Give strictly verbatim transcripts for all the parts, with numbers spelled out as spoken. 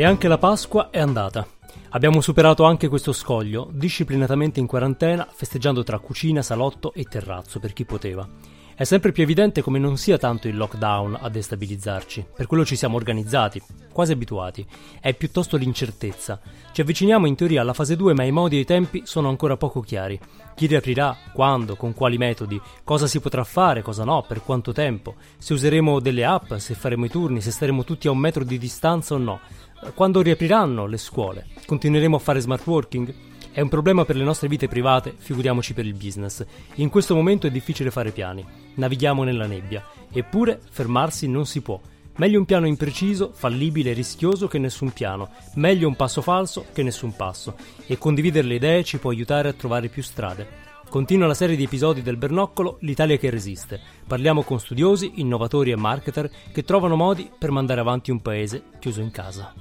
E anche la Pasqua è andata. Abbiamo superato anche questo scoglio, disciplinatamente in quarantena, festeggiando tra cucina, salotto e terrazzo per chi poteva. È sempre più evidente come non sia tanto il lockdown a destabilizzarci, per quello ci siamo organizzati, quasi abituati. È piuttosto l'incertezza. Ci avviciniamo in teoria alla fase due, ma i modi e i tempi sono ancora poco chiari. Chi riaprirà, quando, con quali metodi, cosa si potrà fare, cosa no, per quanto tempo, se useremo delle app, se faremo i turni, se staremo tutti a un metro di distanza o no. Quando riapriranno le scuole? Continueremo a fare smart working? È un problema per le nostre vite private, figuriamoci per il business. In questo momento è difficile fare piani. Navighiamo nella nebbia. Eppure fermarsi non si può. Meglio un piano impreciso, fallibile e rischioso che nessun piano. Meglio un passo falso che nessun passo. E condividere le idee ci può aiutare a trovare più strade. Continua la serie di episodi del Bernoccolo L'Italia che resiste. Parliamo con studiosi, innovatori e marketer che trovano modi per mandare avanti un paese chiuso in casa.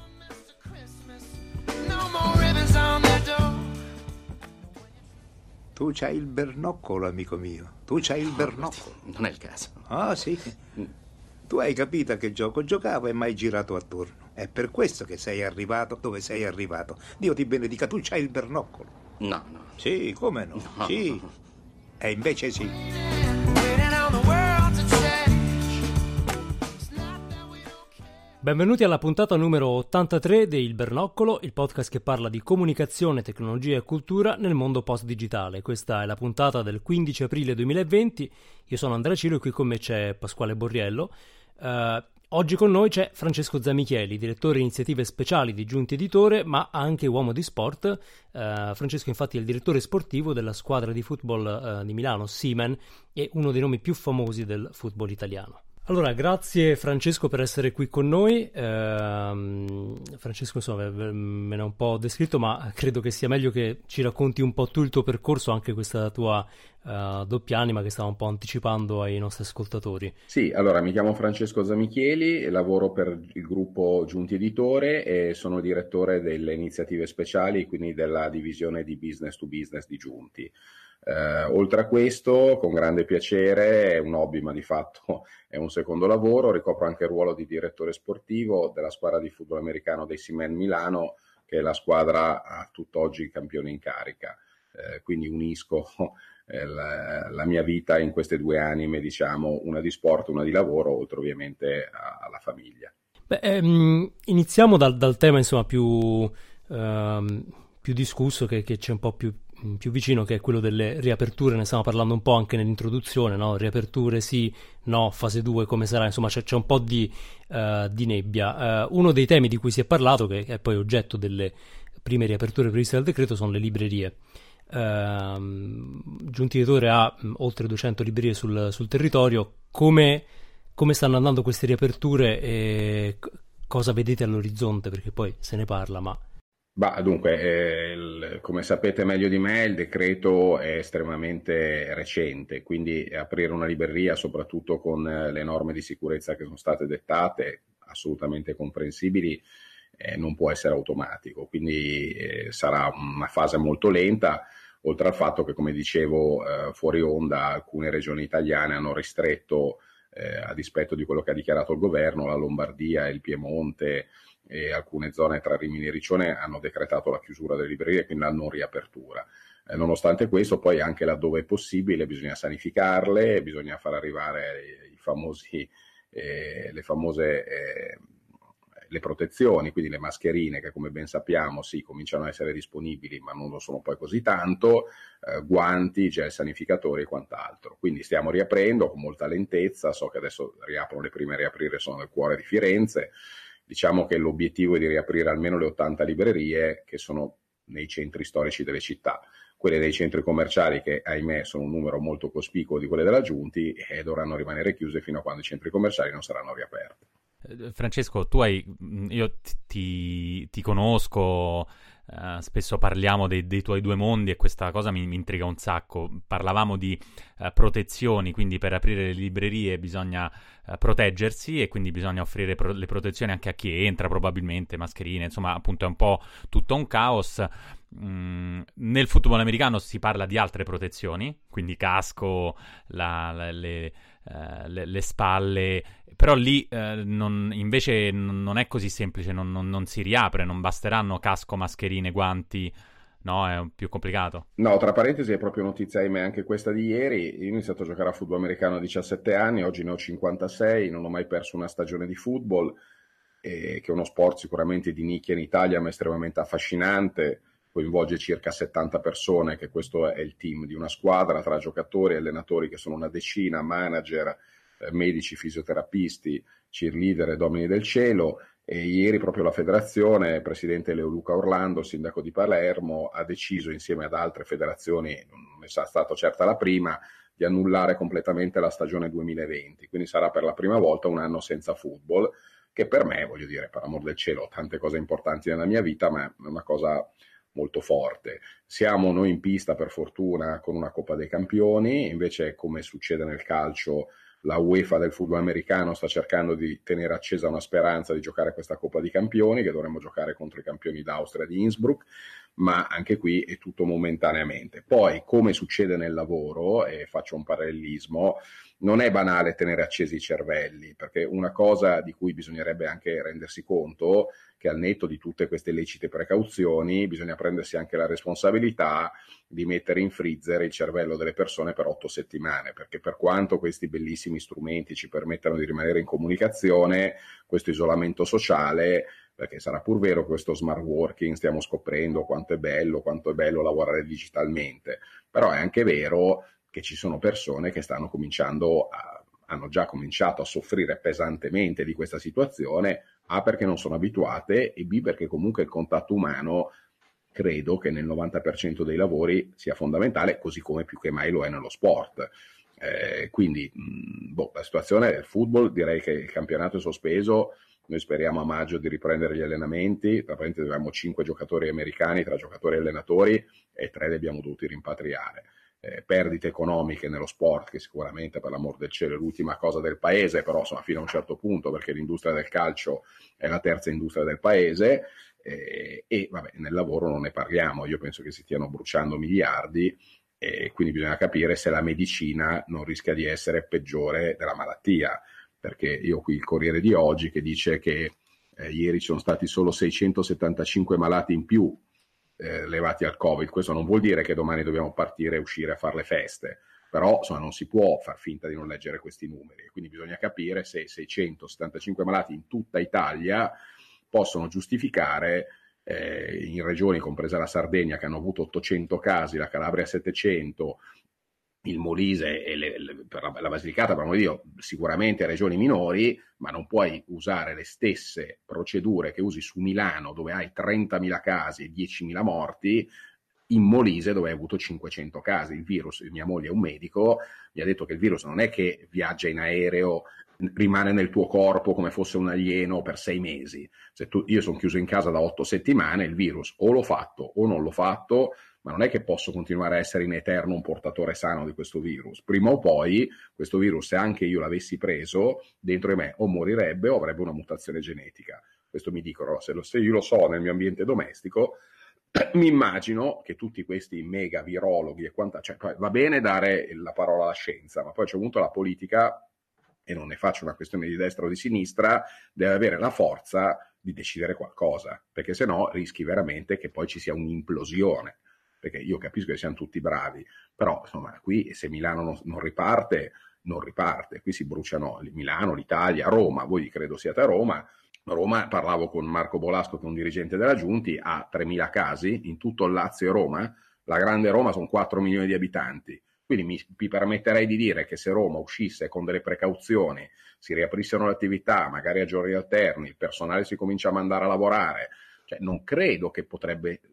Tu c'hai il bernoccolo, amico mio. Tu c'hai il No, bernoccolo. non è il caso. Ah, sì. Tu hai capito a che gioco giocavo e mai girato attorno. È per questo che sei arrivato dove sei arrivato. Dio ti benedica, tu c'hai il bernoccolo. No, no. Sì, come no? No. Sì. E invece sì. Benvenuti alla puntata numero ottantatré di Il Bernoccolo, il podcast che parla di comunicazione, tecnologia e cultura nel mondo post-digitale. Questa è la puntata del quindici aprile duemilaventi. Io sono Andrea Ciro e qui con me c'è Pasquale Borriello. Uh, oggi con noi c'è Francesco Zamichieli, direttore iniziative speciali di Giunti Editore, ma anche uomo di sport. Uh, Francesco infatti è il direttore sportivo della squadra di football uh, di Milano, Seamen, e uno dei nomi più famosi del football italiano. Allora, grazie Francesco per essere qui con noi. Eh, Francesco, insomma, me ne ho un po' descritto, ma credo che sia meglio che ci racconti un po' tu il tuo percorso, anche questa tua uh, doppia anima che stava un po' anticipando ai nostri ascoltatori. Sì, allora mi chiamo Francesco Zamichieli, lavoro per il gruppo Giunti Editore e sono direttore delle iniziative speciali, quindi della divisione di business to business di Giunti. Eh, oltre a questo, con grande piacere, è un hobby ma di fatto è un secondo lavoro, ricopro anche il ruolo di direttore sportivo della squadra di football americano dei Seamen Milano, che è la squadra a tutt'oggi campione in carica. Eh, quindi unisco eh, la, la mia vita in queste due anime, diciamo, una di sport, una di lavoro, oltre ovviamente a, alla famiglia. Beh, ehm, iniziamo dal, dal tema insomma più, ehm, più discusso, che, che c'è un po' più più vicino, che è quello delle riaperture. Ne stiamo parlando un po' anche nell'introduzione, no? Riaperture sì, no, fase due come sarà, insomma c'è, c'è un po' di, uh, di nebbia. Uh, uno dei temi di cui si è parlato, che è poi oggetto delle prime riaperture previste dal decreto, sono le librerie. Uh, Giunti Editore ha mh, oltre duecento librerie sul, sul territorio. Come, come stanno andando queste riaperture e c- cosa vedete all'orizzonte? Perché poi se ne parla, ma... Bah, dunque, eh, il, come sapete meglio di me, il decreto è estremamente recente, quindi aprire una libreria, soprattutto con eh, le norme di sicurezza che sono state dettate, assolutamente comprensibili, eh, non può essere automatico, quindi eh, sarà una fase molto lenta, oltre al fatto che, come dicevo eh, fuori onda, alcune regioni italiane hanno ristretto, eh, a dispetto di quello che ha dichiarato il governo, la Lombardia e il Piemonte, e alcune zone tra Rimini e Riccione hanno decretato la chiusura delle librerie, quindi la non riapertura. Eh, nonostante questo, poi anche laddove è possibile bisogna sanificarle, bisogna far arrivare i famosi, eh, le famose eh, le protezioni, quindi le mascherine, che come ben sappiamo sì, cominciano a essere disponibili, ma non lo sono poi così tanto, eh, guanti, gel sanificatori e quant'altro. Quindi stiamo riaprendo con molta lentezza, so che adesso riaprono, le prime a riaprire sono nel cuore di Firenze. Diciamo che l'obiettivo è di riaprire almeno le ottanta librerie che sono nei centri storici delle città. Quelle dei centri commerciali, che ahimè sono un numero molto cospicuo di quelle della Giunti, e dovranno rimanere chiuse fino a quando i centri commerciali non saranno riaperti. Francesco, tu hai, io ti, ti conosco, uh, spesso parliamo dei, dei tuoi due mondi e questa cosa mi, mi intriga un sacco. Parlavamo di uh, protezioni, quindi per aprire le librerie bisogna uh, proteggersi e quindi bisogna offrire pro- le protezioni anche a chi entra, probabilmente mascherine, insomma appunto è un po' tutto un caos. Mm, nel football americano si parla di altre protezioni, quindi casco, la, la, le, uh, le, le spalle, però lì uh, non, invece non è così semplice, non, non, non si riapre, non basteranno casco, mascherine, guanti, no? È più complicato. No, tra parentesi è proprio notizia, ahimè, anche questa di ieri. Io ho iniziato a giocare a football americano a diciassette anni, oggi ne ho cinquantasei, non ho mai perso una stagione di football, eh, che è uno sport sicuramente di nicchia in Italia ma estremamente affascinante. Coinvolge circa settanta persone, che questo è il team di una squadra, tra giocatori e allenatori che sono una decina, manager, eh, medici, fisioterapisti, cheerleader e domini del cielo. E ieri proprio la federazione, presidente Leoluca Orlando, sindaco di Palermo, ha deciso insieme ad altre federazioni, non è stata certa la prima, di annullare completamente la stagione duemilaventi, quindi sarà per la prima volta un anno senza football, che per me, voglio dire, per amor del cielo, ho tante cose importanti nella mia vita, ma è una cosa molto forte. Siamo noi in pista per fortuna con una Coppa dei Campioni, invece come succede nel calcio la UEFA del football americano sta cercando di tenere accesa una speranza di giocare questa Coppa dei Campioni, che dovremmo giocare contro i campioni d'Austria di Innsbruck, ma anche qui è tutto momentaneamente. Poi, come succede nel lavoro, e faccio un parallelismo, non è banale tenere accesi i cervelli, perché una cosa di cui bisognerebbe anche rendersi conto, che al netto di tutte queste lecite precauzioni, bisogna prendersi anche la responsabilità di mettere in freezer il cervello delle persone per otto settimane, perché per quanto questi bellissimi strumenti ci permettano di rimanere in comunicazione, questo isolamento sociale, perché sarà pur vero questo smart working, stiamo scoprendo quanto è bello, quanto è bello lavorare digitalmente, però è anche vero che ci sono persone che stanno cominciando a, hanno già cominciato a soffrire pesantemente di questa situazione, A perché non sono abituate e B perché comunque il contatto umano credo che nel novanta per cento dei lavori sia fondamentale, così come più che mai lo è nello sport. Eh, quindi mh, boh, la situazione del football, direi che il campionato è sospeso, noi speriamo a maggio di riprendere gli allenamenti, tra parentesi abbiamo cinque giocatori americani tra giocatori e allenatori e tre li abbiamo dovuti rimpatriare. Eh, perdite economiche nello sport, che sicuramente per l'amor del cielo è l'ultima cosa del paese, però insomma fino a un certo punto, perché l'industria del calcio è la terza industria del paese, eh, e vabbè, nel lavoro non ne parliamo, io penso che si stiano bruciando miliardi e quindi bisogna capire se la medicina non rischia di essere peggiore della malattia, perché io ho qui il Corriere di oggi che dice che eh, ieri ci sono stati solo seicentosettantacinque malati in più Eh, levati al Covid. Questo non vuol dire che domani dobbiamo partire e uscire a fare le feste, però insomma non si può far finta di non leggere questi numeri, quindi bisogna capire se seicentosettantacinque malati in tutta Italia possono giustificare eh, in regioni compresa la Sardegna che hanno avuto ottocento casi, la Calabria settecento, il Molise e le, le, per la, la Basilicata, per amor di Dio, sicuramente regioni minori, ma non puoi usare le stesse procedure che usi su Milano dove hai trentamila casi e diecimila morti in Molise dove hai avuto cinquecento casi. Il virus, mia moglie è un medico, mi ha detto che il virus non è che viaggia in aereo, rimane nel tuo corpo come fosse un alieno per sei mesi. Se tu, io sono chiuso in casa da otto settimane, il virus o l'ho fatto o non l'ho fatto, ma non è che posso continuare a essere in eterno un portatore sano di questo virus. Prima o poi questo virus, se anche io l'avessi preso, dentro di me o morirebbe o avrebbe una mutazione genetica. Questo mi dicono, se, lo, se io lo so nel mio ambiente domestico, mi immagino che tutti questi mega virologhi e quant'altro, cioè, va bene dare la parola alla scienza, ma poi c'è avuto la politica, e non ne faccio una questione di destra o di sinistra, deve avere la forza di decidere qualcosa, perché sennò rischi veramente che poi ci sia un'implosione. Perché io capisco che siamo tutti bravi, però insomma qui se Milano non, non riparte, non riparte, qui si bruciano Milano, l'Italia, Roma, voi credo siate a Roma, Roma, parlavo con Marco Bolasco che è un dirigente della Giunti, ha tremila casi in tutto il Lazio e Roma, la grande Roma sono quattro milioni di abitanti, quindi mi, mi permetterei di dire che se Roma uscisse con delle precauzioni, si riaprissero le attività, magari a giorni alterni, il personale si comincia a mandare a lavorare, cioè non credo che potrebbe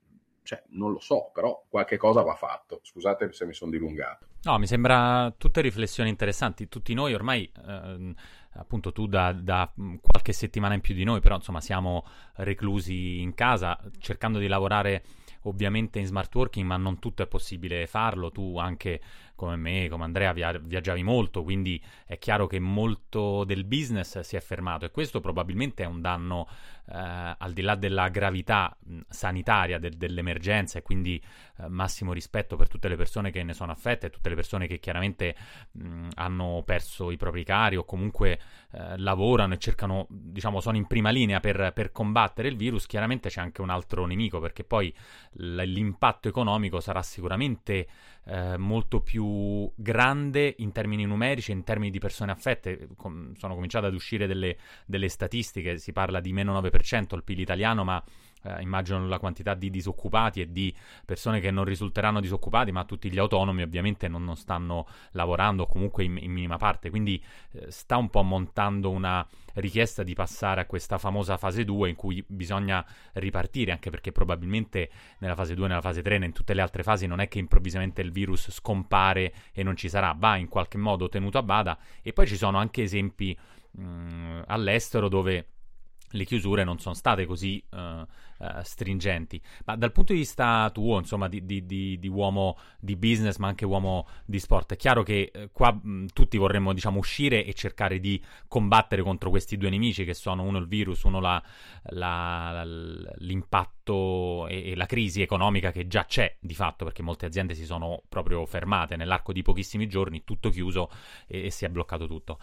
Cioè, non lo so, però qualche cosa va fatto. Scusate se mi sono dilungato. No, mi sembra tutte riflessioni interessanti. Tutti noi ormai, eh, appunto tu da, da qualche settimana in più di noi, però insomma siamo reclusi in casa, cercando di lavorare ovviamente in smart working, ma non tutto è possibile farlo. Tu anche come me, come Andrea, via- viaggiavi molto, quindi è chiaro che molto del business si è fermato e questo probabilmente è un danno eh, al di là della gravità mh, sanitaria de- dell'emergenza, e quindi eh, massimo rispetto per tutte le persone che ne sono affette e tutte le persone che chiaramente mh, hanno perso i propri cari o comunque eh, lavorano e cercano, diciamo, sono in prima linea per, per combattere il virus. Chiaramente c'è anche un altro nemico, perché poi l- l'impatto economico sarà sicuramente eh, molto più grande in termini numerici, in termini di persone affette. Com- sono cominciate ad uscire delle, delle statistiche, si parla di meno nove per cento il P I L italiano, ma eh, immagino la quantità di disoccupati e di persone che non risulteranno disoccupati, ma tutti gli autonomi ovviamente non, non stanno lavorando o comunque in, in minima parte, quindi eh, sta un po' montando una richiesta di passare a questa famosa fase due in cui bisogna ripartire, anche perché probabilmente nella fase due, nella fase tre, in tutte le altre fasi non è che improvvisamente il virus scompare e non ci sarà, va in qualche modo tenuto a bada. E poi ci sono anche esempi mh, all'estero dove le chiusure non sono state così uh, uh, stringenti. Ma dal punto di vista tuo, insomma, di, di, di, di uomo di business, ma anche uomo di sport, è chiaro che eh, qua mh, tutti vorremmo, diciamo, uscire e cercare di combattere contro questi due nemici che sono uno il virus, uno la, la, la, l'impatto e, e la crisi economica che già c'è di fatto, perché molte aziende si sono proprio fermate nell'arco di pochissimi giorni, tutto chiuso e, e si è bloccato tutto.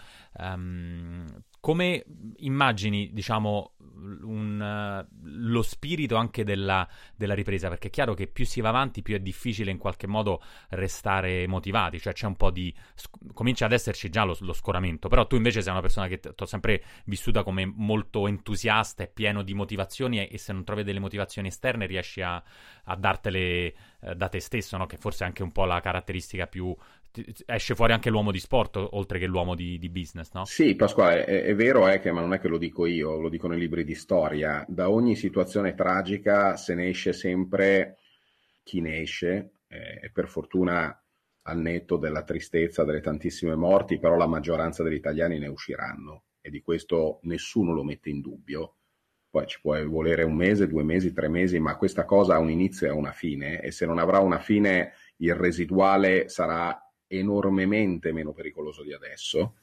Um, come immagini, diciamo, un, uh, lo spirito anche della, della ripresa? Perché è chiaro che più si va avanti, più è difficile in qualche modo restare motivati, cioè c'è un po' di... Sc- comincia ad esserci già lo, lo scoramento, però tu invece sei una persona che ti ho sempre vissuta come molto entusiasta e pieno di motivazioni, e, e se non trovi delle motivazioni esterne riesci a, a dartele eh, da te stesso, no? Che forse è anche un po' la caratteristica più... esce fuori anche l'uomo di sport oltre che l'uomo di, di business, no? Sì, Pasquale, è, è vero è che, ma non è che lo dico io, lo dicono i libri di storia, da ogni situazione tragica se ne esce sempre chi ne esce, eh, e per fortuna al netto della tristezza delle tantissime morti, però la maggioranza degli italiani ne usciranno e di questo nessuno lo mette in dubbio. Poi ci può volere un mese, due mesi, tre mesi, ma questa cosa ha un inizio e ha una fine, e se non avrà una fine il residuale sarà enormemente meno pericoloso di adesso,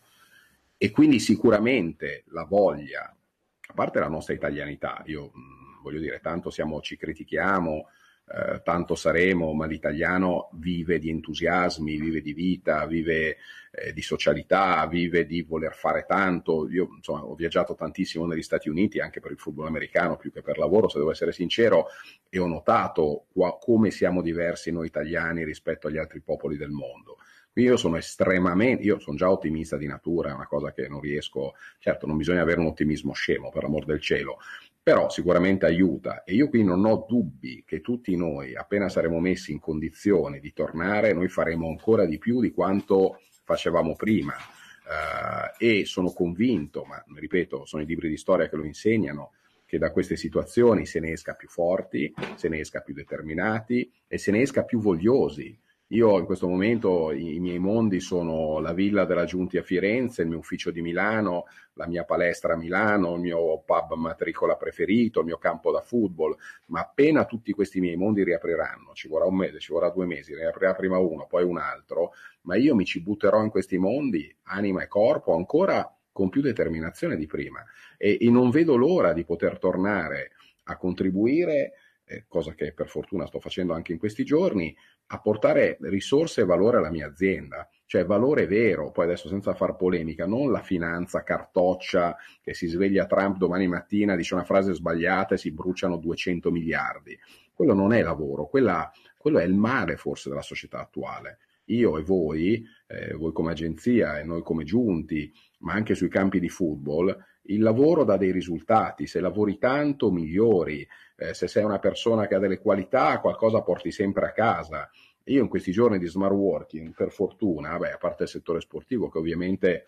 e quindi sicuramente la voglia, a parte la nostra italianità, io mh, voglio dire, tanto siamo, ci critichiamo, eh, tanto saremo, ma l'italiano vive di entusiasmi, vive di vita, vive eh, di socialità, vive di voler fare tanto. Io insomma ho viaggiato tantissimo negli Stati Uniti anche per il football americano più che per lavoro, se devo essere sincero, e ho notato qua, come siamo diversi noi italiani rispetto agli altri popoli del mondo. Io sono estremamente, io sono già ottimista di natura, è una cosa che non riesco, certo non bisogna avere un ottimismo scemo, per l'amor del cielo, però sicuramente aiuta, e io qui non ho dubbi che tutti noi, appena saremo messi in condizioni di tornare, noi faremo ancora di più di quanto facevamo prima, uh, e sono convinto, ma ripeto, sono i libri di storia che lo insegnano, che da queste situazioni se ne esca più forti, se ne esca più determinati e se ne esca più vogliosi. Io in questo momento i, i miei mondi sono la villa della Giunti a Firenze, il mio ufficio di Milano, la mia palestra a Milano, il mio pub matricola preferito, il mio campo da football, ma appena tutti questi miei mondi riapriranno, ci vorrà un mese, ci vorrà due mesi, riaprirà prima uno, poi un altro, ma io mi ci butterò in questi mondi, anima e corpo, ancora con più determinazione di prima, e, e non vedo l'ora di poter tornare a contribuire, eh, cosa che per fortuna sto facendo anche in questi giorni, a portare risorse e valore alla mia azienda, cioè valore vero, poi adesso senza far polemica, non la finanza cartoccia che si sveglia Trump domani mattina, dice una frase sbagliata e si bruciano duecento miliardi. Quello non è lavoro, quella, quello è il male forse della società attuale. Io e voi, eh, voi come agenzia e noi come giunti, ma anche sui campi di football, il lavoro dà dei risultati, se lavori tanto migliori, eh, se sei una persona che ha delle qualità qualcosa porti sempre a casa, Io in questi giorni di smart working, per fortuna, beh, a parte il settore sportivo che ovviamente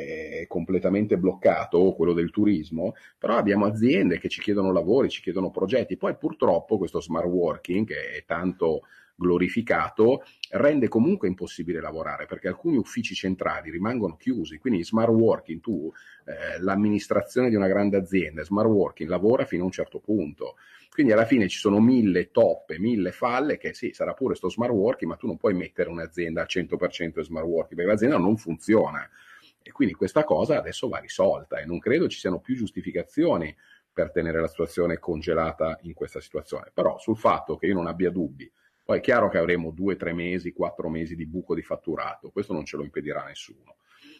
è completamente bloccato, o quello del turismo, però abbiamo aziende che ci chiedono lavori, ci chiedono progetti. Poi purtroppo questo smart working, che è tanto glorificato, rende comunque impossibile lavorare, perché alcuni uffici centrali rimangono chiusi. Quindi in smart working tu, eh, l'amministrazione di una grande azienda, smart working lavora fino a un certo punto. Quindi alla fine ci sono mille toppe, mille falle, che sì, sarà pure sto smart working, ma tu non puoi mettere un'azienda al cento per cento in smart working, perché l'azienda non funziona. E quindi questa cosa adesso va risolta e non credo ci siano più giustificazioni per tenere la situazione congelata in questa situazione. Però sul fatto che io non abbia dubbi, poi è chiaro che avremo due, tre mesi, quattro mesi di buco di fatturato, questo non ce lo impedirà nessuno.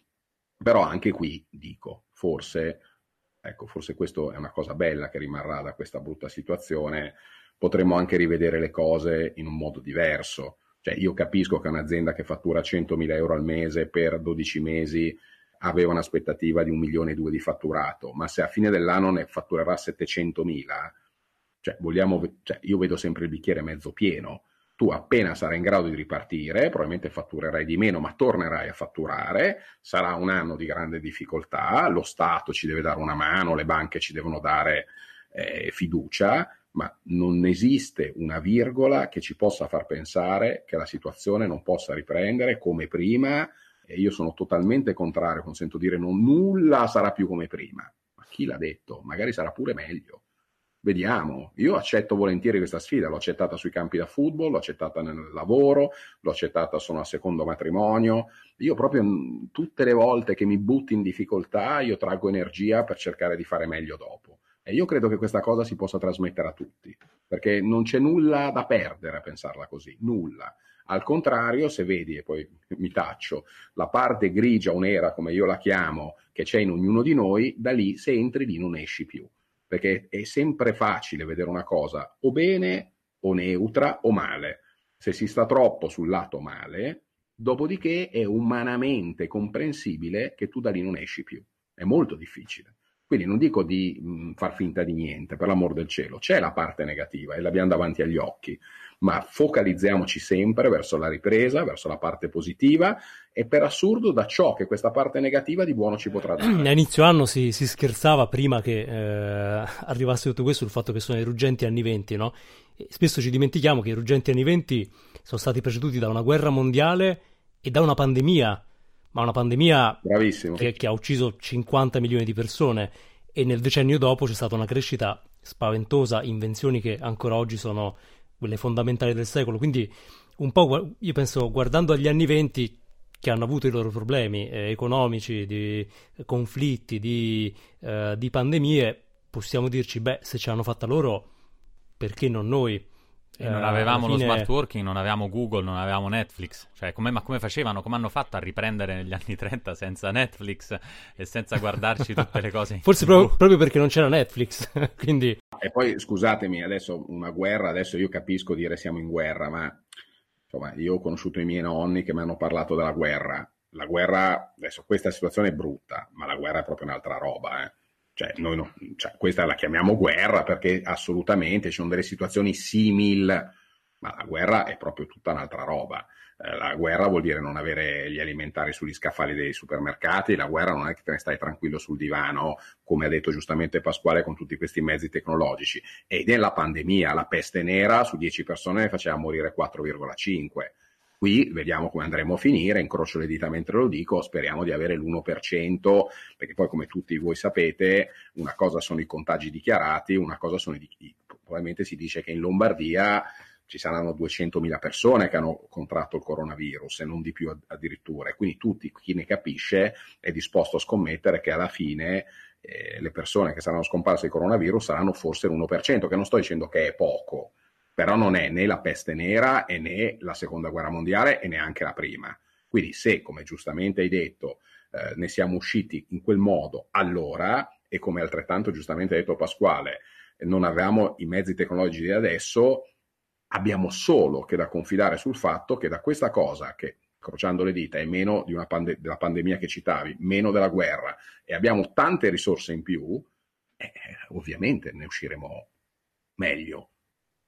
Però anche qui dico, forse, ecco, forse questa è una cosa bella che rimarrà da questa brutta situazione, potremmo anche rivedere le cose in un modo diverso. Cioè io capisco che un'azienda che fattura centomila euro al mese per dodici mesi aveva un'aspettativa di un milione e due di fatturato, ma se a fine dell'anno ne fatturerà settecentomila, cioè, vogliamo, cioè io vedo sempre il bicchiere mezzo pieno. Tu appena sarai in grado di ripartire, probabilmente fatturerai di meno, ma tornerai a fatturare, sarà un anno di grande difficoltà, lo Stato ci deve dare una mano, le banche ci devono dare eh, fiducia, ma non esiste una virgola che ci possa far pensare che la situazione non possa riprendere come prima, e io sono totalmente contrario, consento dire non nulla sarà più come prima. Ma chi l'ha detto? Magari sarà pure meglio. Vediamo, io accetto volentieri questa sfida, l'ho accettata sui campi da football, l'ho accettata nel lavoro, l'ho accettata sono al secondo matrimonio, io proprio tutte le volte che mi butto in difficoltà io traggo energia per cercare di fare meglio dopo. E io credo che questa cosa si possa trasmettere a tutti, perché non c'è nulla da perdere a pensarla così, nulla. Al contrario, se vedi, e poi mi taccio, la parte grigia o nera, come io la chiamo, che c'è in ognuno di noi, da lì, se entri lì, non esci più. Perché è sempre facile vedere una cosa o bene o neutra o male. Se si sta troppo sul lato male, dopodiché è umanamente comprensibile che tu da lì non esci più. È molto difficile. Quindi non dico di mh, far finta di niente, per l'amor del cielo. C'è la parte negativa e l'abbiamo davanti agli occhi, ma focalizziamoci sempre verso la ripresa, verso la parte positiva e per assurdo da ciò che questa parte negativa di buono ci potrà dare. A inizio anno si, si scherzava prima che eh, arrivasse tutto questo sul fatto che sono i ruggenti anni venti, no? E spesso ci dimentichiamo che i ruggenti anni venti sono stati preceduti da una guerra mondiale e da una pandemia, ma una pandemia che, che ha ucciso cinquanta milioni di persone, e nel decennio dopo c'è stata una crescita spaventosa, invenzioni che ancora oggi sono quelle fondamentali del secolo. Quindi un po' io penso, guardando agli anni venti, che hanno avuto i loro problemi eh, economici, di conflitti, di, eh, di pandemie, possiamo dirci, beh, se ce l'hanno fatta loro, perché non noi? E non avevamo fine... lo smart working, non avevamo Google, non avevamo Netflix. Cioè, come, ma come facevano, come hanno fatto a riprendere negli anni trenta senza Netflix e senza guardarci tutte le cose? Forse proprio, proprio perché non c'era Netflix, quindi... E poi, scusatemi, adesso una guerra, adesso io capisco dire siamo in guerra, ma insomma, io ho conosciuto i miei nonni che mi hanno parlato della guerra. La guerra, adesso questa situazione è brutta, ma la guerra è proprio un'altra roba, eh. Cioè, noi no, cioè, questa la chiamiamo guerra perché assolutamente ci sono delle situazioni simili, ma la guerra è proprio tutta un'altra roba. Eh, la guerra vuol dire non avere gli alimentari sugli scaffali dei supermercati, la guerra non è che te ne stai tranquillo sul divano, come ha detto giustamente Pasquale, con tutti questi mezzi tecnologici. E nella pandemia, la peste nera, su dieci persone ne faceva morire quattro virgola cinque. Qui vediamo come andremo a finire, incrocio le dita mentre lo dico, speriamo di avere l'uno per cento, perché poi come tutti voi sapete, una cosa sono i contagi dichiarati, una cosa sono i... probabilmente si dice che in Lombardia ci saranno duecentomila persone che hanno contratto il coronavirus e non di più addirittura, e quindi tutti, chi ne capisce, è disposto a scommettere che alla fine eh, le persone che saranno scomparse di coronavirus saranno forse l'uno per cento, che non sto dicendo che è poco, però non è né la peste nera e né la seconda guerra mondiale e neanche la prima. Quindi se, come giustamente hai detto, eh, ne siamo usciti in quel modo allora, e come altrettanto giustamente ha detto Pasquale, non avevamo i mezzi tecnologici di adesso, abbiamo solo che da confidare sul fatto che da questa cosa, che incrociando le dita è meno di una pande- della pandemia che citavi, meno della guerra, e abbiamo tante risorse in più, eh, ovviamente ne usciremo meglio.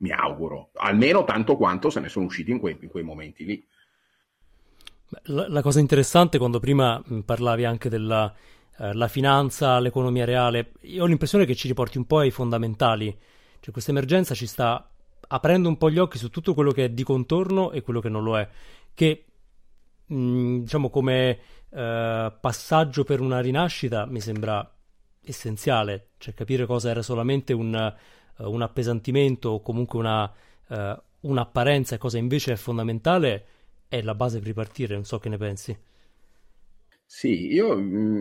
mi auguro, almeno tanto quanto se ne sono usciti in quei, in quei momenti lì. La, la cosa interessante, quando prima mh, parlavi anche della eh, la finanza, l'economia reale, io ho l'impressione che ci riporti un po' ai fondamentali, cioè questa emergenza ci sta aprendo un po' gli occhi su tutto quello che è di contorno e quello che non lo è, che mh, diciamo come eh, passaggio per una rinascita mi sembra essenziale, cioè capire cosa era solamente un, uh, un appesantimento o comunque una, uh, un'apparenza e cosa invece è fondamentale è la base per ripartire. Non so che ne pensi. Sì, io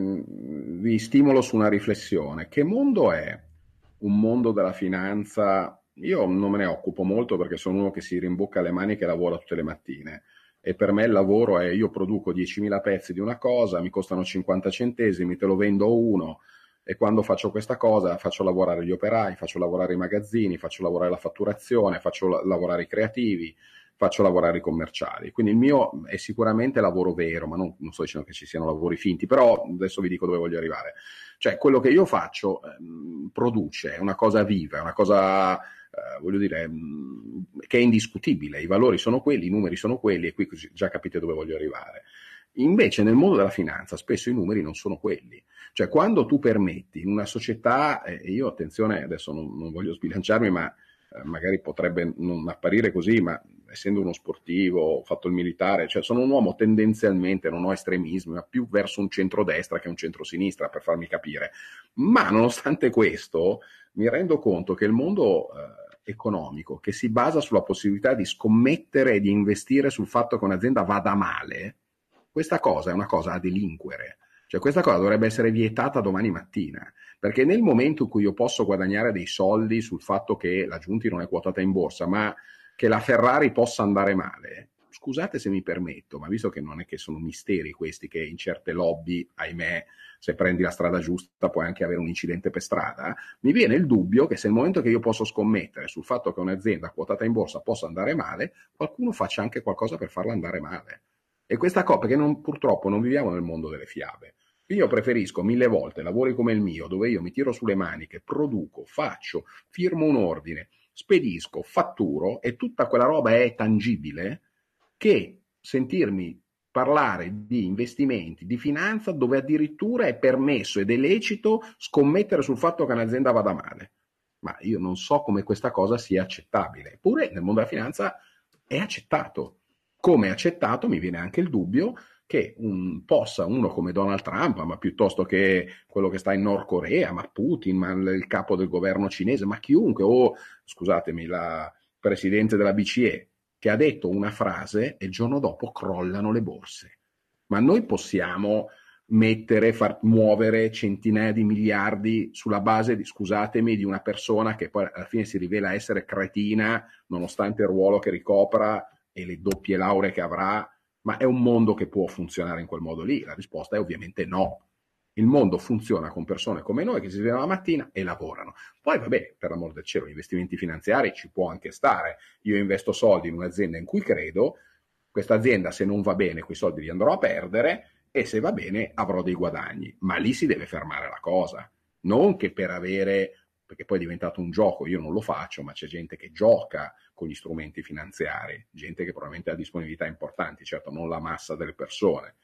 mh, vi stimolo su una riflessione. Che mondo è un mondo della finanza? Io non me ne occupo molto perché sono uno che si rimbocca le maniche e lavora tutte le mattine. E per me il lavoro è: io produco diecimila pezzi di una cosa, mi costano cinquanta centesimi, te lo vendo a uno, e quando faccio questa cosa faccio lavorare gli operai, faccio lavorare i magazzini, faccio lavorare la fatturazione, faccio la- lavorare i creativi, faccio lavorare i commerciali. Quindi il mio è sicuramente lavoro vero, ma non, non sto dicendo che ci siano lavori finti, però adesso vi dico dove voglio arrivare. Cioè, quello che io faccio ehm, produce, è una cosa viva, è una cosa, eh, voglio dire, mh, che è indiscutibile. I valori sono quelli, i numeri sono quelli, e qui così già capite dove voglio arrivare. Invece nel mondo della finanza spesso i numeri non sono quelli. Cioè, quando tu permetti in una società, e io attenzione, adesso non, non voglio sbilanciarmi, ma eh, magari potrebbe non apparire così, ma essendo uno sportivo, ho fatto il militare, cioè sono un uomo tendenzialmente, non ho estremismi, ma più verso un centrodestra che un centrosinistra, per farmi capire. Ma nonostante questo, mi rendo conto che il mondo eh, economico, che si basa sulla possibilità di scommettere e di investire sul fatto che un'azienda vada male, questa cosa è una cosa a delinquere. Cioè, questa cosa dovrebbe essere vietata domani mattina, perché nel momento in cui io posso guadagnare dei soldi sul fatto che la Giunti non è quotata in borsa, ma che la Ferrari possa andare male, scusate se mi permetto, ma visto che non è che sono misteri questi, che in certe lobby, ahimè, se prendi la strada giusta puoi anche avere un incidente per strada, mi viene il dubbio che se nel momento che io posso scommettere sul fatto che un'azienda quotata in borsa possa andare male, qualcuno faccia anche qualcosa per farla andare male. E questa cosa, perché non, purtroppo non viviamo nel mondo delle fiabe. Io preferisco mille volte lavori come il mio, dove io mi tiro sulle maniche, produco, faccio, firmo un ordine, spedisco, fatturo, e tutta quella roba è tangibile, che sentirmi parlare di investimenti, di finanza, dove addirittura è permesso ed è lecito scommettere sul fatto che un'azienda vada male. Ma io non so come questa cosa sia accettabile. Eppure nel mondo della finanza è accettato. Come è accettato, mi viene anche il dubbio che un, possa uno come Donald Trump, ma piuttosto che quello che sta in Nord Corea, ma Putin, ma il capo del governo cinese, ma chiunque, o scusatemi, la presidente della B C E, che ha detto una frase e il giorno dopo crollano le borse. Ma noi possiamo mettere, far muovere centinaia di miliardi sulla base di, scusatemi, di una persona che poi alla fine si rivela essere cretina, nonostante il ruolo che ricopra e le doppie lauree che avrà? Ma è un mondo che può funzionare in quel modo lì? La risposta è ovviamente no. Il mondo funziona con persone come noi che si svegliano la mattina e lavorano. Poi vabbè, per l'amor del cielo, gli investimenti finanziari ci può anche stare. Io investo soldi in un'azienda in cui credo, questa azienda se non va bene quei soldi li andrò a perdere, e se va bene avrò dei guadagni. Ma lì si deve fermare la cosa. Non che per avere, perché poi è diventato un gioco, io non lo faccio, ma c'è gente che gioca con gli strumenti finanziari, gente che probabilmente ha disponibilità importanti, certo non la massa delle persone.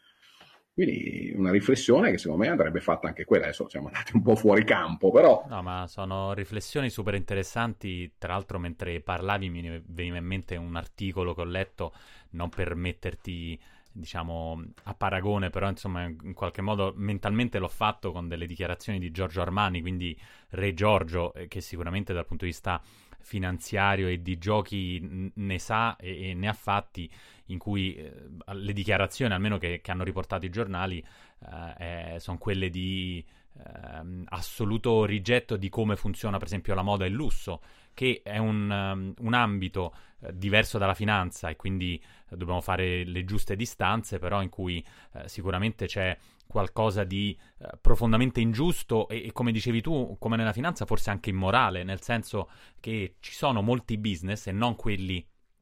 Quindi una riflessione che secondo me andrebbe fatta anche quella. Adesso siamo andati un po' fuori campo, però... No, ma sono riflessioni super interessanti. Tra l'altro, mentre parlavi mi veniva in mente un articolo che ho letto, non per metterti, diciamo, a paragone, però insomma in qualche modo mentalmente l'ho fatto con delle dichiarazioni di Giorgio Armani, quindi Re Giorgio, eh, che sicuramente dal punto di vista finanziario e di giochi ne sa e, e ne ha fatti, in cui eh, le dichiarazioni, almeno che, che hanno riportato i giornali, eh, eh, sono quelle di eh, assoluto rigetto di come funziona per esempio la moda e il lusso, che è un, um, un ambito eh, diverso dalla finanza, e quindi eh, dobbiamo fare le giuste distanze, però in cui eh, sicuramente c'è qualcosa di eh, profondamente ingiusto e, e come dicevi tu, come nella finanza, forse anche immorale, nel senso che ci sono molti business, e non quelli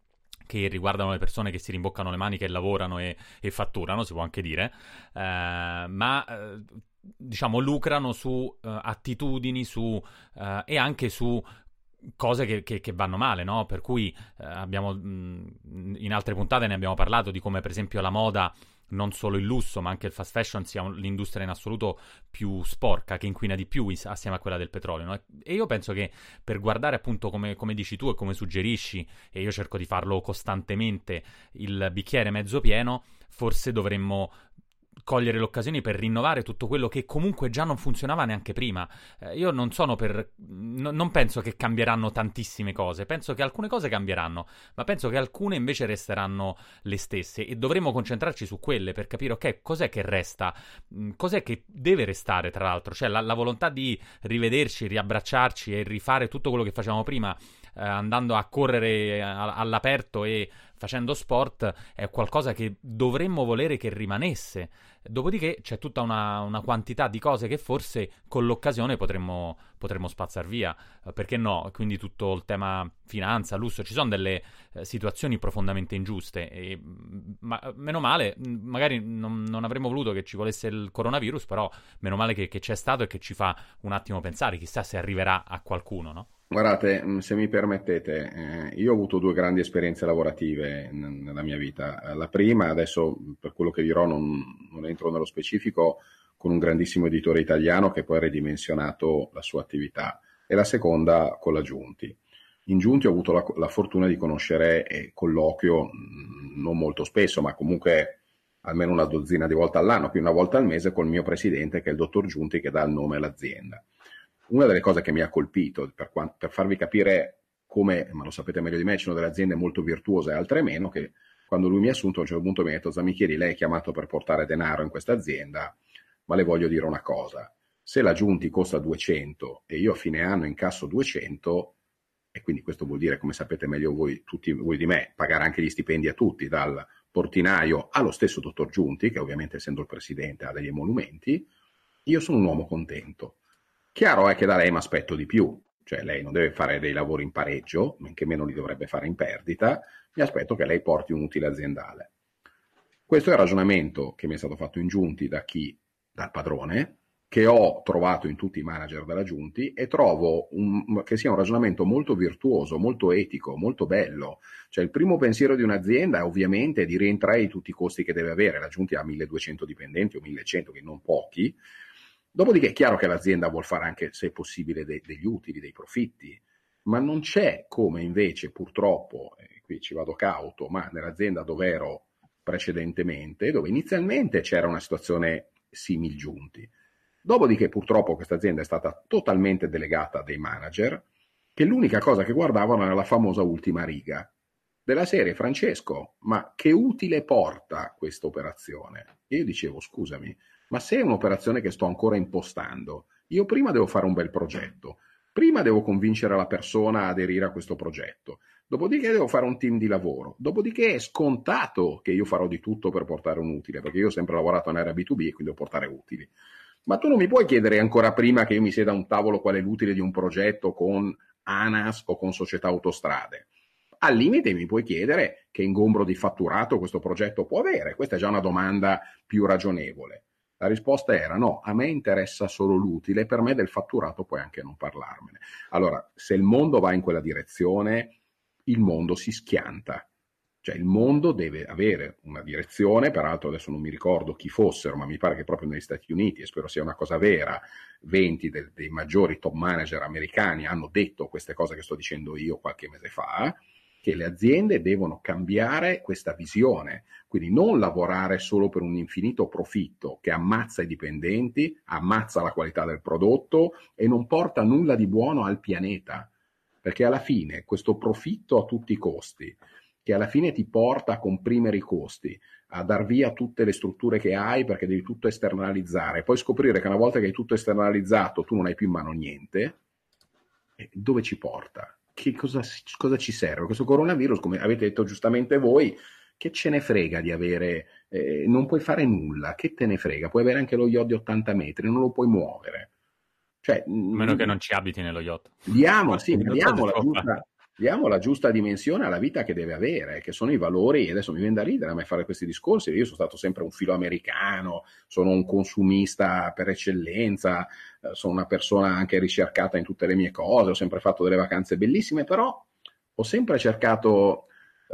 che riguardano le persone che si rimboccano le maniche e lavorano e, e fatturano, si può anche dire, eh, ma eh, diciamo lucrano su eh, attitudini su, eh, e anche su cose che, che, che vanno male, no? Per cui eh, abbiamo mh, in altre puntate ne abbiamo parlato di come per esempio la moda, non solo il lusso ma anche il fast fashion, sia un, l'industria in assoluto più sporca, che inquina di più is- assieme a quella del petrolio, no? E io penso che per guardare appunto come, come dici tu e come suggerisci, e io cerco di farlo costantemente, il bicchiere mezzo pieno, forse dovremmo cogliere le occasioni per rinnovare tutto quello che comunque già non funzionava neanche prima. Eh, io non sono per... no, non penso che cambieranno tantissime cose, penso che alcune cose cambieranno, ma penso che alcune invece resteranno le stesse e dovremmo concentrarci su quelle per capire, ok, cos'è che resta, mh, cos'è che deve restare tra l'altro, cioè la, la volontà di rivederci, riabbracciarci e rifare tutto quello che facevamo prima, eh, andando a correre a, all'aperto e facendo sport, è qualcosa che dovremmo volere che rimanesse. Dopodiché c'è tutta una, una quantità di cose che forse con l'occasione potremmo, potremmo spazzar via, eh, perché no? Quindi tutto il tema finanza, lusso, ci sono delle eh, situazioni profondamente ingiuste e ma, meno male, magari non, non avremmo voluto che ci volesse il coronavirus, però meno male che, che c'è stato e che ci fa un attimo pensare, chissà se arriverà a qualcuno, no? Guardate, se mi permettete, eh, io ho avuto due grandi esperienze lavorative n- nella mia vita. La prima, adesso per quello che dirò non, non entro nello specifico, con un grandissimo editore italiano che poi ha ridimensionato la sua attività, e la seconda con la Giunti. In Giunti ho avuto la, la fortuna di conoscere e colloquio mh, non molto spesso, ma comunque almeno una dozzina di volte all'anno, più una volta al mese, col mio presidente, che è il dottor Giunti, che dà il nome all'azienda. Una delle cose che mi ha colpito, per, quanto, per farvi capire come, ma lo sapete meglio di me, ci sono delle aziende molto virtuose e altre meno, che quando lui mi ha assunto a un certo punto mi ha detto: Zammichieri, lei è chiamato per portare denaro in questa azienda, ma le voglio dire una cosa, se la Giunti costa duecento e io a fine anno incasso duecento, e quindi questo vuol dire, come sapete meglio voi, tutti voi di me, pagare anche gli stipendi a tutti, dal portinaio allo stesso dottor Giunti, che ovviamente essendo il presidente ha degli emolumenti, io sono un uomo contento. Chiaro è che da lei mi aspetto di più, cioè lei non deve fare dei lavori in pareggio, men che meno li dovrebbe fare in perdita, mi aspetto che lei porti un utile aziendale. Questo è il ragionamento che mi è stato fatto in Giunti da chi? Dal padrone, che ho trovato in tutti i manager della Giunti, e trovo un, che sia un ragionamento molto virtuoso, molto etico, molto bello. Cioè il primo pensiero di un'azienda è ovviamente di rientrare di tutti i costi che deve avere. La Giunti ha milleduecento dipendenti o millecento, che non pochi. Dopodiché è chiaro che l'azienda vuol fare anche, se possibile, de- degli utili, dei profitti, ma non c'è come invece purtroppo, e qui ci vado cauto, ma nell'azienda dove ero precedentemente, dove inizialmente c'era una situazione simil Giunti. Dopodiché purtroppo questa azienda è stata totalmente delegata a dei manager che l'unica cosa che guardavano era la famosa ultima riga. Della serie: Francesco, ma che utile porta questa operazione? E io dicevo: scusami, ma se è un'operazione che sto ancora impostando, io prima devo fare un bel progetto, prima devo convincere la persona a aderire a questo progetto, dopodiché devo fare un team di lavoro, dopodiché è scontato che io farò di tutto per portare un utile, perché io ho sempre lavorato in area B due B e quindi devo portare utili. Ma tu non mi puoi chiedere ancora prima che io mi sieda a un tavolo qual è l'utile di un progetto con ANAS o con Società Autostrade. Al limite mi puoi chiedere che ingombro di fatturato questo progetto può avere. Questa è già una domanda più ragionevole. La risposta era: no, a me interessa solo l'utile, per me del fatturato puoi anche non parlarmene. Allora, se il mondo va in quella direzione, il mondo si schianta. Cioè il mondo deve avere una direzione, peraltro adesso non mi ricordo chi fossero, ma mi pare che proprio negli Stati Uniti, e spero sia una cosa vera, venti dei, dei maggiori top manager americani hanno detto queste cose che sto dicendo io qualche mese fa, che le aziende devono cambiare questa visione, quindi non lavorare solo per un infinito profitto che ammazza i dipendenti, ammazza la qualità del prodotto e non porta nulla di buono al pianeta, perché alla fine questo profitto a tutti i costi, che alla fine ti porta a comprimere i costi, a dar via tutte le strutture che hai perché devi tutto esternalizzare, poi scoprire che una volta che hai tutto esternalizzato tu non hai più in mano niente, dove ci porta? Che cosa, cosa ci serve? Questo coronavirus, come avete detto giustamente voi, che ce ne frega di avere, eh, non puoi fare nulla, che te ne frega, puoi avere anche lo yacht di ottanta metri, non lo puoi muovere. Cioè, a meno che non ci abiti nello yacht. Diamo, sì, diamo la giusta... diamo la giusta dimensione alla vita che deve avere, che sono i valori. Adesso mi viene da ridere a me fare questi discorsi, io sono stato sempre un filo americano, sono un consumista per eccellenza, eh, sono una persona anche ricercata in tutte le mie cose, ho sempre fatto delle vacanze bellissime, però ho sempre cercato,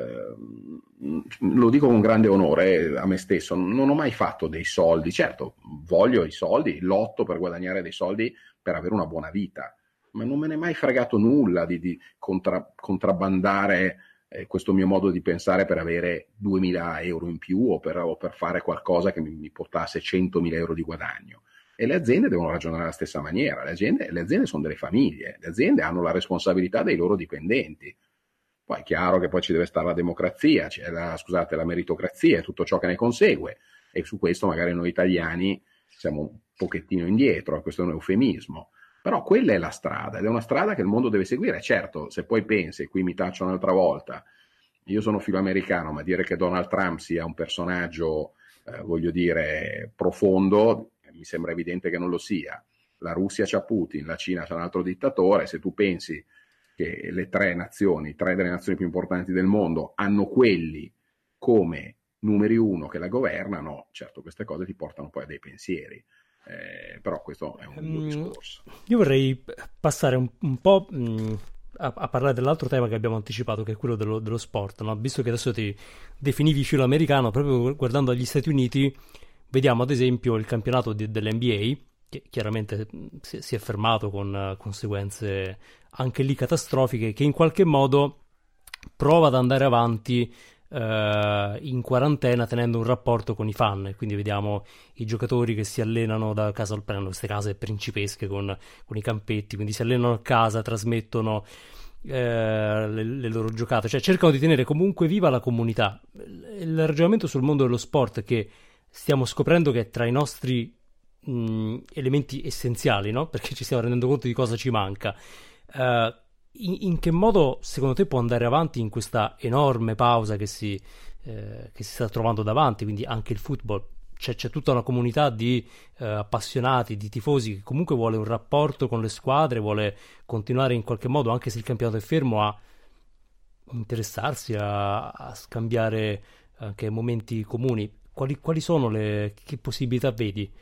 eh, lo dico con grande onore a me stesso, non ho mai fatto dei soldi, certo voglio i soldi, lotto per guadagnare dei soldi per avere una buona vita, ma non me ne è mai fregato nulla di, di contra, contrabbandare eh, questo mio modo di pensare per avere duemila euro in più o per, o per fare qualcosa che mi, mi portasse centomila euro di guadagno. E le aziende devono ragionare alla stessa maniera, le aziende, le aziende sono delle famiglie, le aziende hanno la responsabilità dei loro dipendenti. Poi è chiaro che poi ci deve stare la democrazia, c'è la, scusate, la meritocrazia e tutto ciò che ne consegue, e su questo magari noi italiani siamo un pochettino indietro, questo è un eufemismo. Però quella è la strada, ed è una strada che il mondo deve seguire. Certo, se poi pensi, qui mi taccio un'altra volta, io sono filoamericano, ma dire che Donald Trump sia un personaggio, eh, voglio dire, profondo, mi sembra evidente che non lo sia. La Russia c'ha Putin, la Cina c'ha un altro dittatore. Se tu pensi che le tre nazioni, tre delle nazioni più importanti del mondo, hanno quelli come numeri uno che la governano, certo queste cose ti portano poi a dei pensieri. Eh, però questo è un um, discorso. Io vorrei passare un, un po' mh, a, a parlare dell'altro tema che abbiamo anticipato, che è quello dello, dello sport, no? Visto che adesso ti definivi filo americano, proprio guardando agli Stati Uniti vediamo ad esempio il campionato di, dell'N B A, che chiaramente si, si è fermato con uh, conseguenze anche lì catastrofiche, che in qualche modo prova ad andare avanti in quarantena tenendo un rapporto con i fan, quindi vediamo i giocatori che si allenano da casa, prendono queste case principesche con, con i campetti, quindi si allenano a casa, trasmettono eh, le, le loro giocate, cioè cercano di tenere comunque viva la comunità. Il ragionamento sul mondo dello sport, che stiamo scoprendo che è tra i nostri mh, elementi essenziali, no? Perché ci stiamo rendendo conto di cosa ci manca. Uh, In, in che modo secondo te può andare avanti in questa enorme pausa che si, eh, che si sta trovando davanti? Quindi anche il football, c'è, c'è tutta una comunità di eh, appassionati, di tifosi, che comunque vuole un rapporto con le squadre, vuole continuare in qualche modo, anche se il campionato è fermo, a interessarsi, a, a scambiare anche momenti comuni. Quali, quali sono le che possibilità vedi?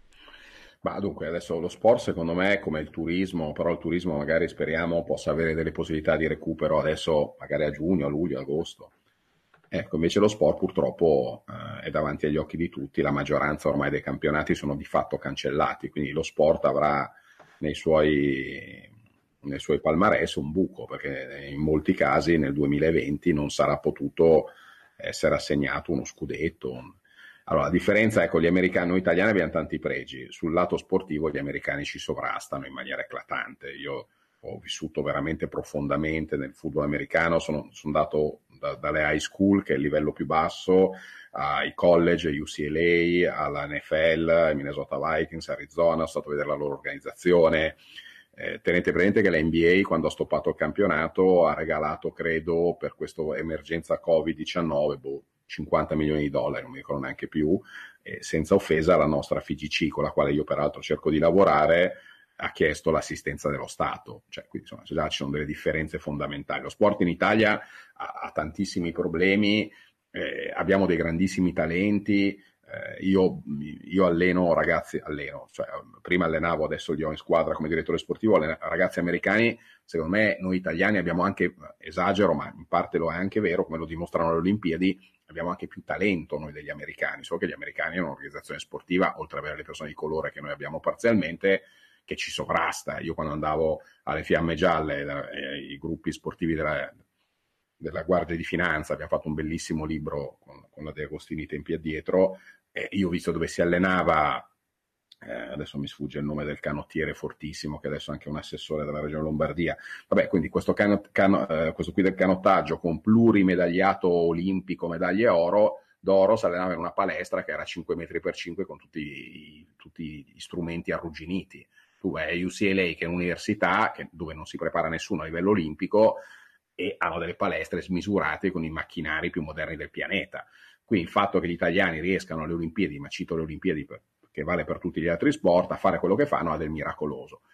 Ma dunque, adesso lo sport secondo me è come il turismo, però il turismo magari speriamo possa avere delle possibilità di recupero adesso, magari a giugno, a luglio, agosto. Ecco, invece lo sport purtroppo eh, è davanti agli occhi di tutti, la maggioranza ormai dei campionati sono di fatto cancellati, quindi lo sport avrà nei suoi, nei suoi palmarès un buco, perché in molti casi nel duemilaventi non sarà potuto essere assegnato uno scudetto, un, Allora, la differenza è con gli americani, noi italiani abbiamo tanti pregi, sul lato sportivo gli americani ci sovrastano in maniera eclatante. Io ho vissuto veramente profondamente nel football americano, sono, sono andato da, dalle high school, che è il livello più basso, ai college, U C L A, alla N F L, ai Minnesota Vikings, Arizona, sono stato a vedere la loro organizzazione. Eh, tenete presente che la N B A, quando ha stoppato il campionato, ha regalato, credo, per questa emergenza covid diciannove, boh, cinquanta milioni di dollari, non mi ricordo neanche più, eh, senza offesa la nostra F G C, con la quale io peraltro cerco di lavorare, ha chiesto l'assistenza dello Stato. Cioè, quindi insomma, già ci sono delle differenze fondamentali. Lo sport in Italia ha, ha tantissimi problemi, eh, abbiamo dei grandissimi talenti, eh, io, io alleno ragazzi, alleno, cioè prima allenavo, adesso li ho in squadra come direttore sportivo, alleno, ragazzi americani. Secondo me noi italiani abbiamo anche, esagero, ma in parte lo è anche vero, come lo dimostrano le Olimpiadi, abbiamo anche più talento noi degli americani, solo che gli americani hanno un'organizzazione sportiva, oltre ad avere le persone di colore che noi abbiamo parzialmente, che ci sovrasta. Io quando andavo alle Fiamme Gialle, eh, i gruppi sportivi della, della Guardia di Finanza, abbiamo fatto un bellissimo libro con, con la De Agostini tempi addietro, e io ho visto dove si allenava, eh, adesso mi sfugge il nome del canottiere fortissimo, che adesso è anche un assessore della Regione Lombardia. Vabbè, quindi questo, cano, cano, eh, questo qui del canottaggio con plurimedagliato olimpico, medaglie oro, d'oro, si allenava in una palestra che era cinque metri per cinque con tutti, tutti gli strumenti arrugginiti. Tu vai a U C L A, che è un'università che, dove non si prepara nessuno a livello olimpico, e hanno delle palestre smisurate con i macchinari più moderni del pianeta. Quindi il fatto che gli italiani riescano alle Olimpiadi, ma cito le Olimpiadi per, che vale per tutti gli altri sport, a fare quello che fanno, ha del miracoloso.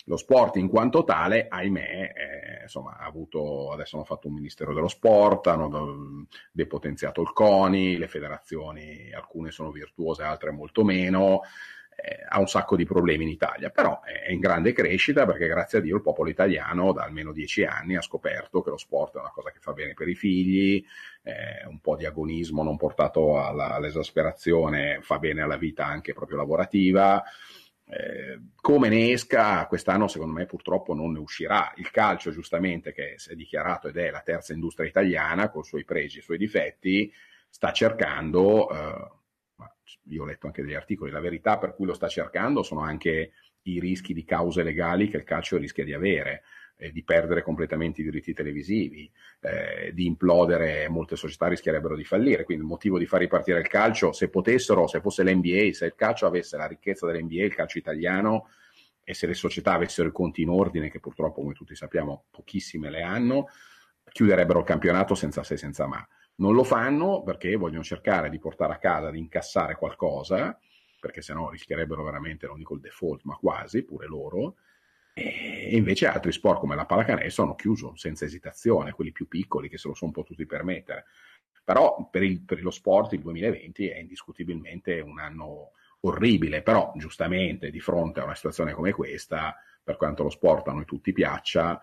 Lo sport in quanto tale, ahimè, eh, insomma, ha avuto, adesso hanno fatto un Ministero dello Sport, hanno depotenziato il CONI, le federazioni, alcune sono virtuose, altre molto meno, eh, ha un sacco di problemi in Italia, però è in grande crescita perché grazie a Dio il popolo italiano da almeno dieci anni ha scoperto che lo sport è una cosa che fa bene per i figli, eh, un po' di agonismo non portato alla, all'esasperazione fa bene alla vita anche proprio lavorativa. Eh, come ne esca quest'anno secondo me purtroppo non ne uscirà. Il calcio giustamente, che si è dichiarato ed è la terza industria italiana con i suoi pregi e i suoi difetti, sta cercando, eh, ma io ho letto anche degli articoli, la verità per cui lo sta cercando sono anche i rischi di cause legali che il calcio rischia di avere, eh, di perdere completamente i diritti televisivi, eh, di implodere, molte società rischierebbero di fallire, quindi il motivo di far ripartire il calcio, se potessero, se fosse l'N B A, se il calcio avesse la ricchezza dell'N B A, il calcio italiano, e se le società avessero i conti in ordine, che purtroppo come tutti sappiamo pochissime le hanno, chiuderebbero il campionato senza se senza ma. Non lo fanno perché vogliono cercare di portare a casa, di incassare qualcosa, perché sennò rischierebbero veramente, non dico il default, ma quasi, pure loro. E invece altri sport come la pallacanestro hanno chiuso senza esitazione, quelli più piccoli che se lo sono potuti permettere. Però per, il, per lo sport il duemilaventi è indiscutibilmente un anno orribile, però giustamente di fronte a una situazione come questa, per quanto lo sport a noi tutti piaccia,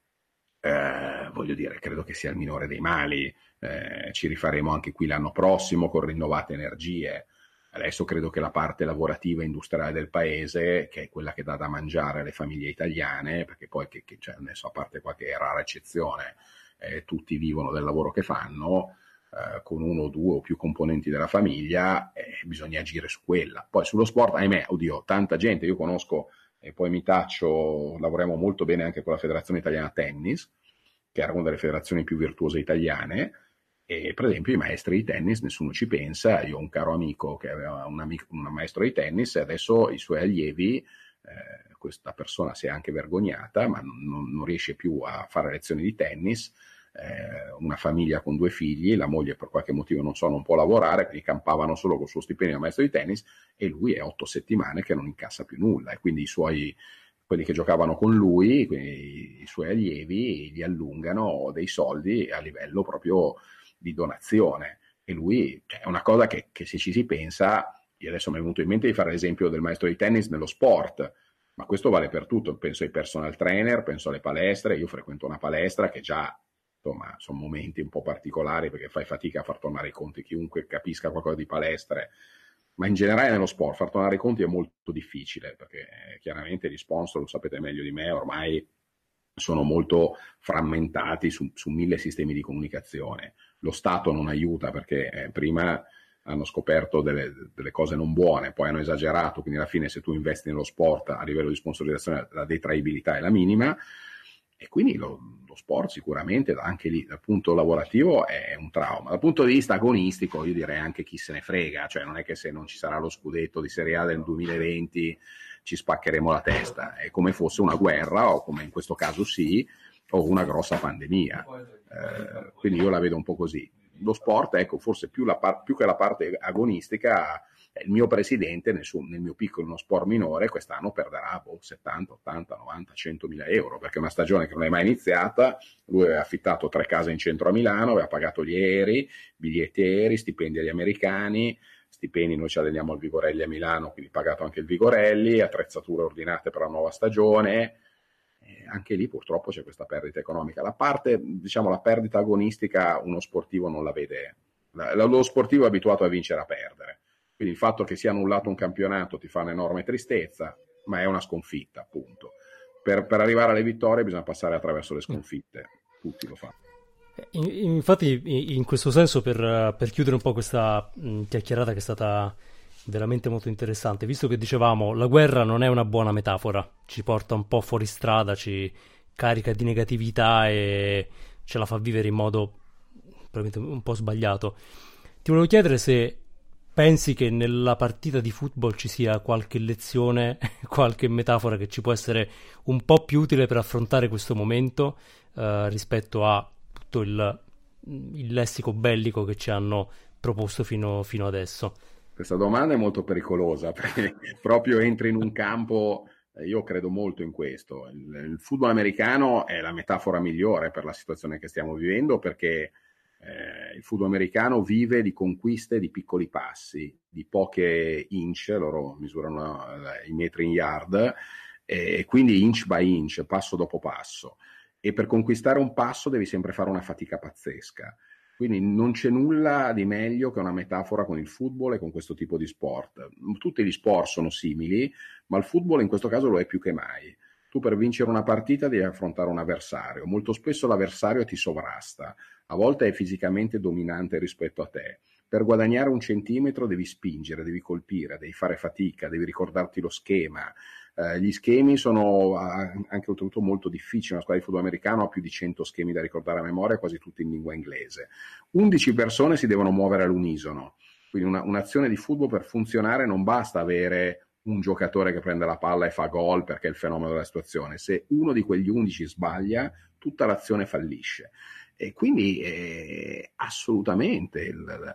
eh, voglio dire, credo che sia il minore dei mali. Eh, ci rifaremo anche qui l'anno prossimo con rinnovate energie. Adesso credo che la parte lavorativa e industriale del paese, che è quella che dà da mangiare alle famiglie italiane, perché poi, che, che, cioè, adesso a parte qualche rara eccezione, eh, tutti vivono del lavoro che fanno, eh, con uno o due o più componenti della famiglia, eh, bisogna agire su quella. Poi sullo sport, ahimè, oddio, tanta gente, io conosco, e poi mi taccio, lavoriamo molto bene anche con la Federazione Italiana Tennis, che era una delle federazioni più virtuose italiane, e per esempio i maestri di tennis nessuno ci pensa. Io ho un caro amico che aveva un, amico, un maestro di tennis e adesso i suoi allievi, eh, questa persona si è anche vergognata, ma non, non riesce più a fare lezioni di tennis, eh, una famiglia con due figli, la moglie per qualche motivo non so non può lavorare, quindi campavano solo col suo stipendio da maestro di tennis e lui è otto settimane che non incassa più nulla, e quindi i suoi, quelli che giocavano con lui, quindi i suoi allievi, gli allungano dei soldi a livello proprio di donazione, e lui, cioè, è una cosa che, che se ci si pensa, io adesso mi è venuto in mente di fare l'esempio del maestro di tennis nello sport, ma questo vale per tutto, penso ai personal trainer, penso alle palestre. Io frequento una palestra che già, insomma, sono momenti un po' particolari perché fai fatica a far tornare i conti, chiunque capisca qualcosa di palestre, ma in generale nello sport far tornare i conti è molto difficile, perché eh, chiaramente gli sponsor, lo sapete meglio di me, ormai sono molto frammentati su, su mille sistemi di comunicazione. Lo Stato non aiuta perché eh, prima hanno scoperto delle, delle cose non buone, poi hanno esagerato, quindi alla fine se tu investi nello sport a livello di sponsorizzazione la detraibilità è la minima, e quindi lo, lo sport sicuramente anche lì dal punto lavorativo è un trauma. Dal punto di vista agonistico io direi anche chi se ne frega, cioè non è che se non ci sarà lo scudetto di Serie A del duemilaventi ci spaccheremo la testa, è come fosse una guerra, o come in questo caso sì, o una grossa pandemia, eh, quindi io la vedo un po' così. Lo sport, ecco, forse più, la par- più che la parte agonistica, il mio presidente nel, suo, nel mio piccolo, uno sport minore, quest'anno perderà boh, settanta, ottanta, novanta, centomila euro, perché è una stagione che non è mai iniziata. Lui aveva affittato tre case in centro a Milano, aveva pagato gli aerei, biglietti aerei, stipendi agli americani, stipendi, noi ci alleniamo al Vigorelli a Milano, quindi pagato anche il Vigorelli, attrezzature ordinate per la nuova stagione. Eh, anche lì purtroppo c'è questa perdita economica. La parte, diciamo, la perdita agonistica uno sportivo non la vede. La, lo sportivo è abituato a vincere e a perdere, quindi il fatto che sia annullato un campionato ti fa un'enorme tristezza, ma è una sconfitta, appunto. Per, per arrivare alle vittorie bisogna passare attraverso le sconfitte, tutti lo fanno. Infatti, in questo senso, per, per chiudere un po' questa mh, chiacchierata che è stata veramente molto interessante, visto che dicevamo la guerra non è una buona metafora, ci porta un po' fuori strada, ci carica di negatività e ce la fa vivere in modo probabilmente un po' sbagliato, ti volevo chiedere se pensi che nella partita di football ci sia qualche lezione, qualche metafora che ci può essere un po' più utile per affrontare questo momento eh, rispetto a tutto il, il lessico bellico che ci hanno proposto fino, fino adesso. Questa domanda è molto pericolosa perché proprio entri in un campo Io credo molto in questo. Il, il football americano è la metafora migliore per la situazione che stiamo vivendo, perché eh, il football americano vive di conquiste di piccoli passi, di poche inch, loro misurano eh, i metri in yard, e, e quindi inch by inch, passo dopo passo. E per conquistare un passo devi sempre fare una fatica pazzesca. Quindi non c'è nulla di meglio che una metafora con il football e con questo tipo di sport. Tutti gli sport sono simili, ma il football in questo caso lo è più che mai. Tu per vincere una partita devi affrontare un avversario. Molto spesso l'avversario ti sovrasta, a volte è fisicamente dominante rispetto a te. Per guadagnare un centimetro devi spingere, devi colpire, devi fare fatica, devi ricordarti lo schema. Uh, gli schemi sono uh, anche oltretutto molto difficili. Una squadra di football americano ha più di cento schemi da ricordare a memoria, quasi tutti in lingua inglese. undici persone si devono muovere all'unisono, quindi una, un'azione di football per funzionare non basta avere un giocatore che prende la palla e fa gol perché è il fenomeno della situazione. Se uno di quegli undici sbaglia, tutta l'azione fallisce. E quindi eh, assolutamente il,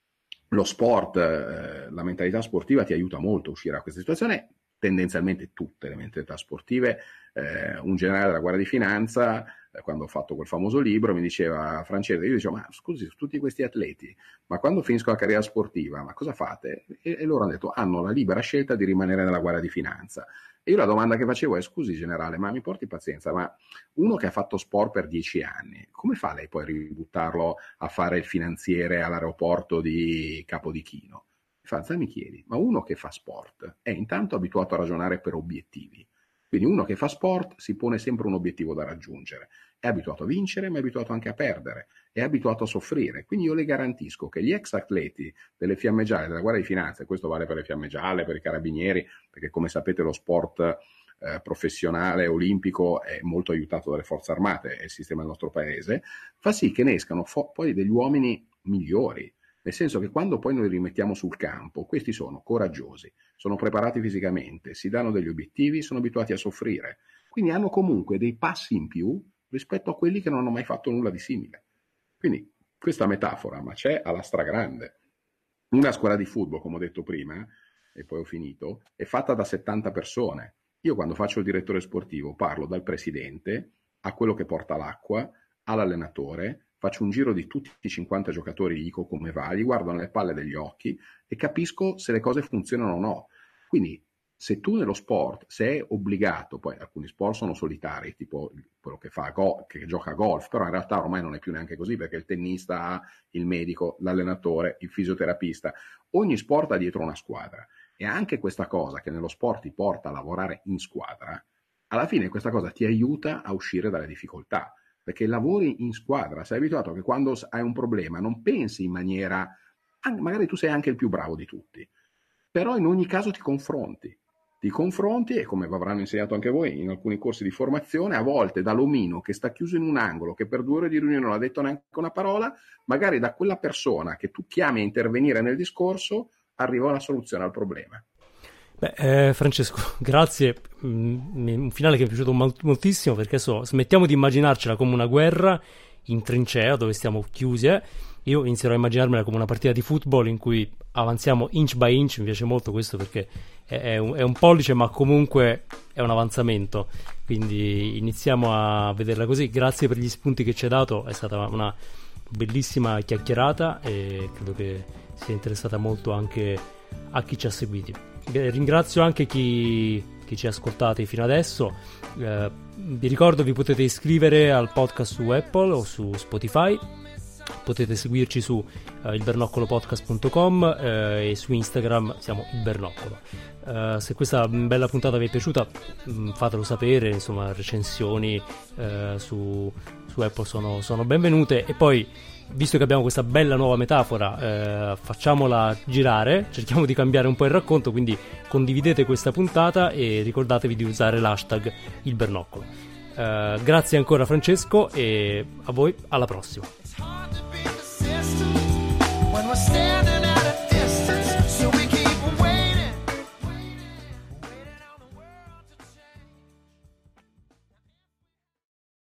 lo sport, eh, la mentalità sportiva ti aiuta molto a uscire da questa situazione. Tendenzialmente tutte le mentalità sportive. Eh, un generale della Guardia di Finanza, eh, quando ho fatto quel famoso libro, mi diceva: Francesco, io dicevo, ma scusi, tutti questi atleti, ma quando finisco la carriera sportiva, ma cosa fate? E, e loro hanno detto, hanno la libera scelta di rimanere nella Guardia di Finanza. E io la domanda che facevo è: scusi generale, ma mi porti pazienza, ma uno che ha fatto sport per dieci anni, come fa lei poi a ributtarlo a fare il finanziere all'aeroporto di Capodichino? Fa, mi chiedi, ma uno che fa sport è intanto abituato a ragionare per obiettivi. Quindi uno che fa sport si pone sempre un obiettivo da raggiungere. È abituato a vincere, ma è abituato anche a perdere. È abituato a soffrire. Quindi io le garantisco che gli ex atleti delle Fiamme Gialle, della Guardia di Finanza, e questo vale per le Fiamme Gialle, per i Carabinieri, perché come sapete lo sport eh, professionale olimpico è molto aiutato dalle forze armate, è il sistema del nostro paese, fa sì che ne escano fo- poi degli uomini migliori. Nel senso che quando poi noi li rimettiamo sul campo, questi sono coraggiosi, sono preparati fisicamente, si danno degli obiettivi, sono abituati a soffrire. Quindi hanno comunque dei passi in più rispetto a quelli che non hanno mai fatto nulla di simile. Quindi questa metafora, ma c'è alla stragrande. Una squadra di football, come ho detto prima, e poi ho finito, è fatta da settanta persone. Io quando faccio il direttore sportivo parlo dal presidente a quello che porta l'acqua, all'allenatore, faccio un giro di tutti i cinquanta giocatori, dico come va, gli guardo nelle palle degli occhi e capisco se le cose funzionano o no. Quindi se tu nello sport sei obbligato, poi alcuni sport sono solitari, tipo quello che fa go- che gioca a golf, però in realtà ormai non è più neanche così, perché il tennista ha il medico, l'allenatore, il fisioterapista, ogni sport ha dietro una squadra. E anche questa cosa che nello sport ti porta a lavorare in squadra, alla fine questa cosa ti aiuta a uscire dalle difficoltà. Perché lavori in squadra, sei abituato che quando hai un problema non pensi in maniera, magari tu sei anche il più bravo di tutti, però in ogni caso ti confronti, ti confronti e come vi avranno insegnato anche voi in alcuni corsi di formazione, a volte da l'omino che sta chiuso in un angolo, che per due ore di riunione non ha detto neanche una parola, magari da quella persona che tu chiami a intervenire nel discorso arriva una soluzione al problema. Beh, eh, Francesco, grazie, mm, un finale che mi è piaciuto molt- moltissimo, perché so, smettiamo di immaginarcela come una guerra in trincea dove stiamo chiusi, eh. Io inizierò a immaginarmela come una partita di football in cui avanziamo inch by inch. Mi piace molto questo perché è, è, un, è un pollice ma comunque è un avanzamento, quindi iniziamo a vederla così. Grazie per gli spunti che ci hai dato, è stata una bellissima chiacchierata e credo che sia interessata molto anche a chi ci ha seguiti. Ringrazio anche chi, chi ci ha ascoltati fino adesso. Eh, vi ricordo, vi potete iscrivere al podcast su Apple o su Spotify, potete seguirci su eh, il bernoccolo podcast punto com eh, e su Instagram siamo il bernoccolo. Eh, se questa bella puntata vi è piaciuta, mh, fatelo sapere, insomma recensioni eh, su, su Apple sono, sono benvenute. E poi, visto che abbiamo questa bella nuova metafora, eh, facciamola girare, cerchiamo di cambiare un po' il racconto, quindi condividete questa puntata e ricordatevi di usare l'hashtag il bernoccolo. Eh, grazie ancora Francesco e a voi alla prossima.